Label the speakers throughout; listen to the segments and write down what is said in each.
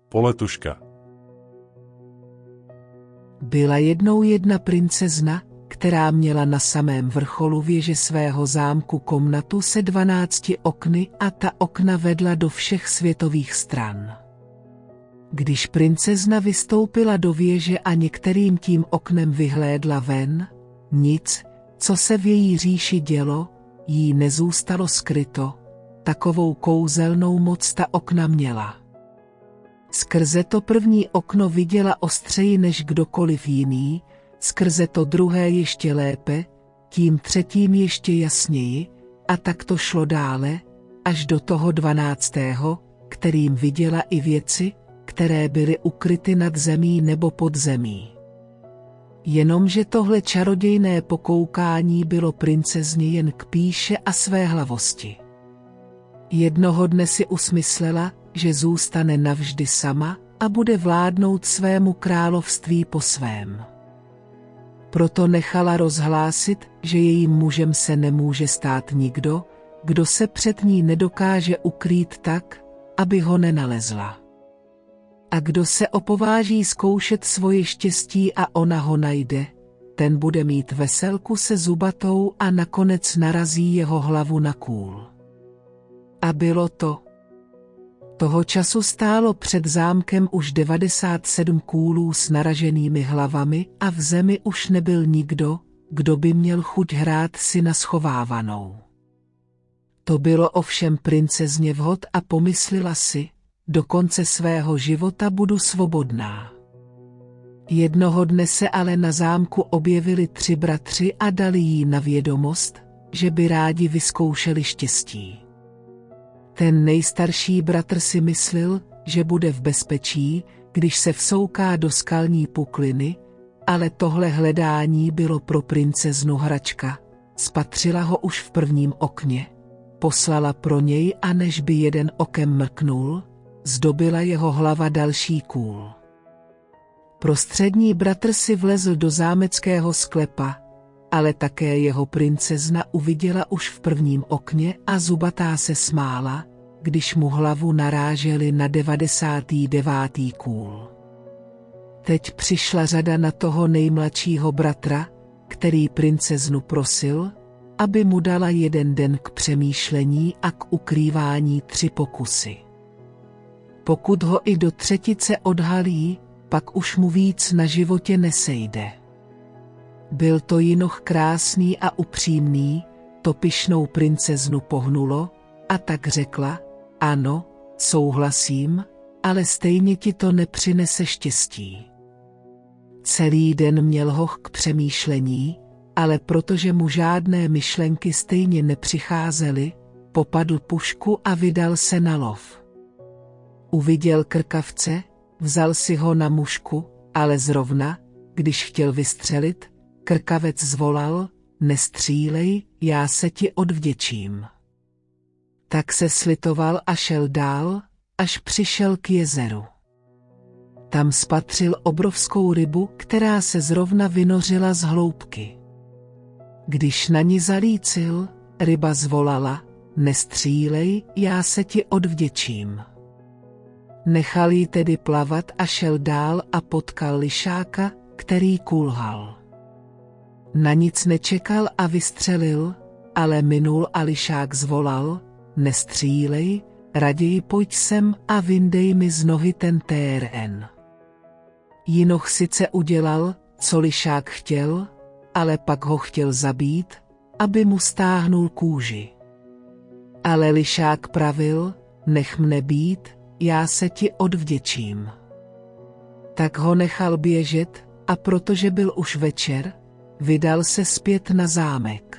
Speaker 1: Poletuška.
Speaker 2: Byla jednou jedna princezna, která měla na samém vrcholu věže svého zámku komnatu se 12 okny a ta okna vedla do všech světových stran. Když princezna vystoupila do věže a některým tím oknem vyhlédla ven, nic, co se v její říši dělo, jí nezůstalo skryto, takovou kouzelnou moc ta okna měla. Skrze to první okno viděla ostřeji než kdokoliv jiný, skrze to druhé ještě lépe, tím třetím ještě jasněji, a tak to šlo dále, až do toho 12., kterým viděla i věci, které byly ukryty nad zemí nebo pod zemí. Jenomže tohle čarodějné pokoukání bylo princezně jen k pýše a své hlavosti. Jednoho dne si usmyslela, že zůstane navždy sama a bude vládnout svému království po svém. Proto nechala rozhlásit, že jejím mužem se nemůže stát nikdo, kdo se před ní nedokáže ukrýt tak, aby ho nenalezla. A kdo se opováží zkoušet svoje štěstí a ona ho najde, ten bude mít veselku se zubatou a nakonec narazí jeho hlavu na kůl. A bylo to. Toho času stálo před zámkem už 97 kůlů s naraženými hlavami a v zemi už nebyl nikdo, kdo by měl chuť hrát si na schovávanou. To bylo ovšem princezně vhod a pomyslela si, do konce svého života budu svobodná. Jednoho dne se ale na zámku objevili 3 bratři a dali jí na vědomost, že by rádi vyzkoušeli štěstí. Ten nejstarší bratr si myslel, že bude v bezpečí, když se vsouká do skalní pukliny, ale tohle hledání bylo pro princeznu hračka. Spatřila ho už v prvním okně, poslala pro něj a než by jeden okem mrknul, zdobila jeho hlava další kůl. Prostřední bratr si vlezl do zámeckého sklepa, ale také jeho princezna uviděla už v prvním okně a zubatá se smála, když mu hlavu naráželi na 99. kůl. Teď přišla řada na toho nejmladšího bratra, který princeznu prosil, aby mu dala jeden den k přemýšlení a k ukrývání 3 pokusy. Pokud ho i do 3. odhalí, pak už mu víc na životě nesejde. Byl to jinoch krásný a upřímný, to pyšnou princeznu pohnulo, a tak řekla, ano, souhlasím, ale stejně ti to nepřinese štěstí. Celý den měl hoch k přemýšlení, ale protože mu žádné myšlenky stejně nepřicházely, popadl pušku a vydal se na lov. Uviděl krkavce, vzal si ho na mušku, ale zrovna, když chtěl vystřelit, krkavec zvolal, nestřílej, já se ti odvděčím. Tak se slitoval a šel dál, až přišel k jezeru. Tam spatřil obrovskou rybu, která se zrovna vynořila z hloubky. Když na ní zalícil, ryba zvolala, nestřílej, já se ti odvděčím. Nechal ji tedy plavat a šel dál a potkal lišáka, který kulhal. Na nic nečekal a vystřelil, ale minul a lišák zvolal, nestřílej, raději pojď sem a vyndej mi z nohy ten TRN. Jinoch sice udělal, co lišák chtěl, ale pak ho chtěl zabít, aby mu stáhnul kůži. Ale lišák pravil, nech mne být, já se ti odvděčím. Tak ho nechal běžet a protože byl už večer, vydal se zpět na zámek.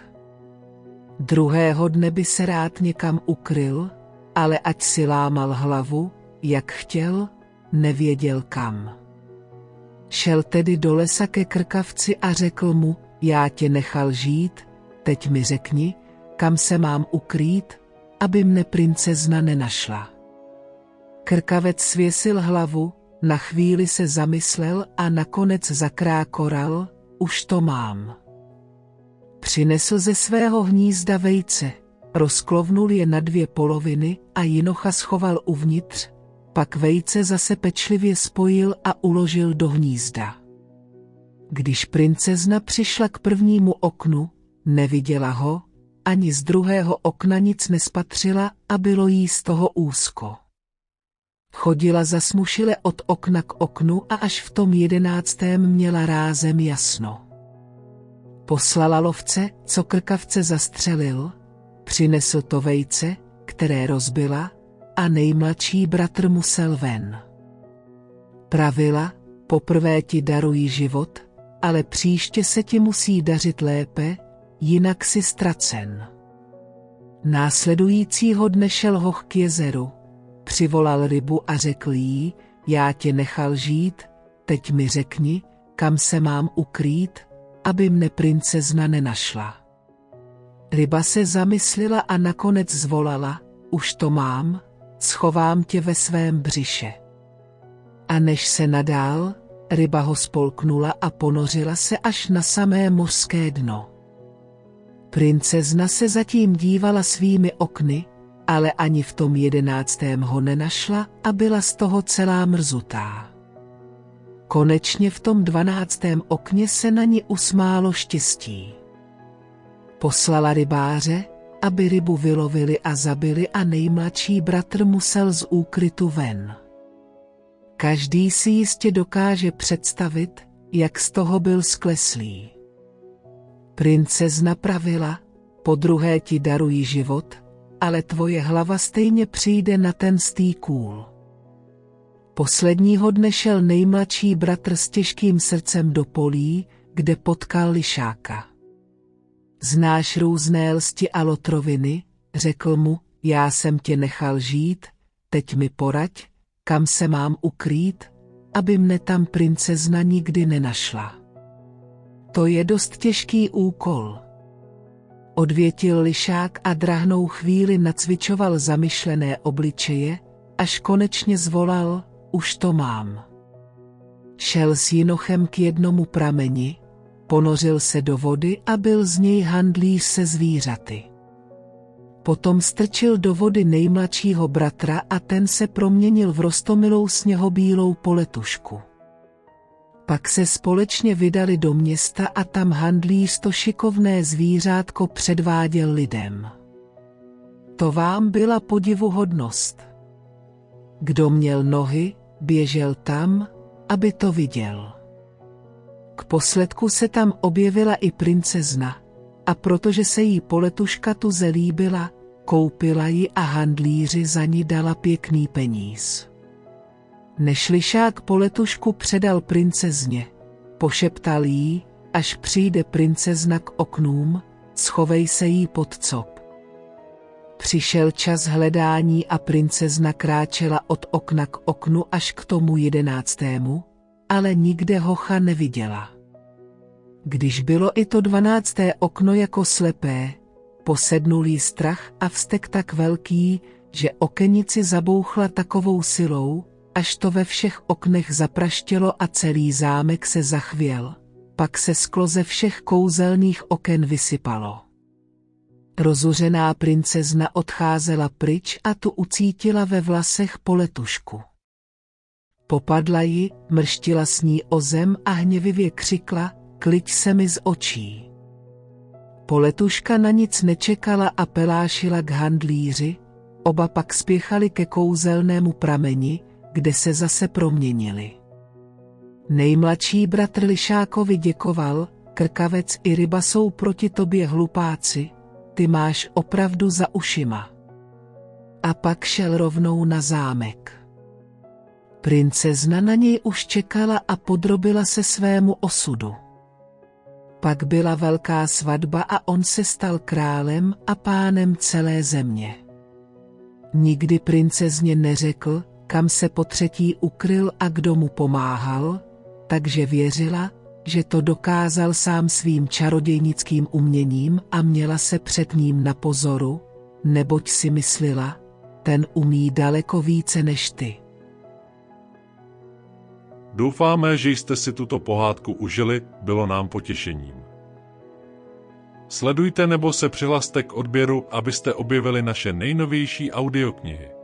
Speaker 2: Druhého dne by se rád někam ukryl, ale ať si lámal hlavu, jak chtěl, nevěděl kam. Šel tedy do lesa ke krkavci a řekl mu, já tě nechal žít, teď mi řekni, kam se mám ukrýt, aby mne princezna nenašla. Krkavec svěsil hlavu, na chvíli se zamyslel a nakonec zakrákoral, už to mám. Přinesl ze svého hnízda vejce, rozklovnul je na 2 poloviny a jinocha schoval uvnitř, pak vejce zase pečlivě spojil a uložil do hnízda. Když princezna přišla k prvnímu oknu, neviděla ho, ani z druhého okna nic nespatřila a bylo jí z toho úzko. Chodila zasmušile od okna k oknu a až v tom 11. měla rázem jasno. Poslala lovce, co krkavce zastřelil, přinesl to vejce, které rozbila, a nejmladší bratr musel ven. Pravila, poprvé ti darují život, ale příště se ti musí dařit lépe, jinak si ztracen. Následujícího dne šel hoch k jezeru, přivolal rybu a řekl jí, já tě nechal žít, teď mi řekni, kam se mám ukrýt, aby mne princezna nenašla. Ryba se zamyslela a nakonec zvolala, už to mám, schovám tě ve svém břiše. A než se nadál, ryba ho spolknula a ponořila se až na samé mořské dno. Princezna se zatím dívala svými okny, ale ani v tom 11. ho nenašla a byla z toho celá mrzutá. Konečně v tom 12. okně se na ní usmálo štěstí. Poslala rybáře, aby rybu vylovili a zabili a nejmladší bratr musel z úkrytu ven. Každý si jistě dokáže představit, jak z toho byl skleslý. Princezna pravila, podruhé ti darují život, ale tvoje hlava stejně přijde na ten stý kůl. Posledního dne šel nejmladší bratr s těžkým srdcem do polí, kde potkal lišáka. Znáš různé lsti a lotroviny, řekl mu, já jsem tě nechal žít, teď mi poraď, kam se mám ukrýt, aby mne tam princezna nikdy nenašla. To je dost těžký úkol. Odvětil lišák a drahnou chvíli nacvičoval zamyšlené obličeje, až konečně zvolal, už to mám. Šel s jinochem k jednomu prameni, ponořil se do vody a byl z něj handlíř se zvířaty. Potom strčil do vody nejmladšího bratra a ten se proměnil v roztomilou sněhobílou poletušku. Pak se společně vydali do města a tam handlíř to šikovné zvířátko předváděl lidem. To vám byla podivuhodnost. Kdo měl nohy, běžel tam, aby to viděl. K posledku se tam objevila i princezna, a protože se jí poletuška tuze líbila, koupila ji a handlíři za ní dala pěkný peníz. Než lišák poletušku předal princezně, pošeptal jí, až přijde princezna k oknům, schovej se jí pod cop. Přišel čas hledání a princezna kráčela od okna k oknu až k tomu 11., ale nikde hocha neviděla. Když bylo i to 12. okno jako slepé, posednul jí strach a vztek tak velký, že okenici zabouchla takovou silou, až to ve všech oknech zapraštělo a celý zámek se zachvěl, pak se sklo ze všech kouzelných oken vysypalo. Rozuřená princezna odcházela pryč a tu ucítila ve vlasech poletušku. Popadla ji, mrštila s ní o zem a hněvivě křikla, kliď se mi z očí. Poletuška na nic nečekala a pelášila k handlíři, oba pak spěchali ke kouzelnému prameni, kde se zase proměnili. Nejmladší bratr lišákovi děkoval, krkavec i ryba jsou proti tobě hlupáci, ty máš opravdu za ušima. A pak šel rovnou na zámek. Princezna na něj už čekala a podrobila se svému osudu. Pak byla velká svatba a on se stal králem a pánem celé země. Nikdy princezně neřekl, kam se potřetí ukryl a kdo mu pomáhal, takže věřila, že to dokázal sám svým čarodějnickým uměním a měla se před ním na pozoru, neboť si myslela, ten umí daleko více než ty.
Speaker 1: Doufáme, že jste si tuto pohádku užili, bylo nám potěšením. Sledujte nebo se přihlaste k odběru, abyste objevili naše nejnovější audioknihy.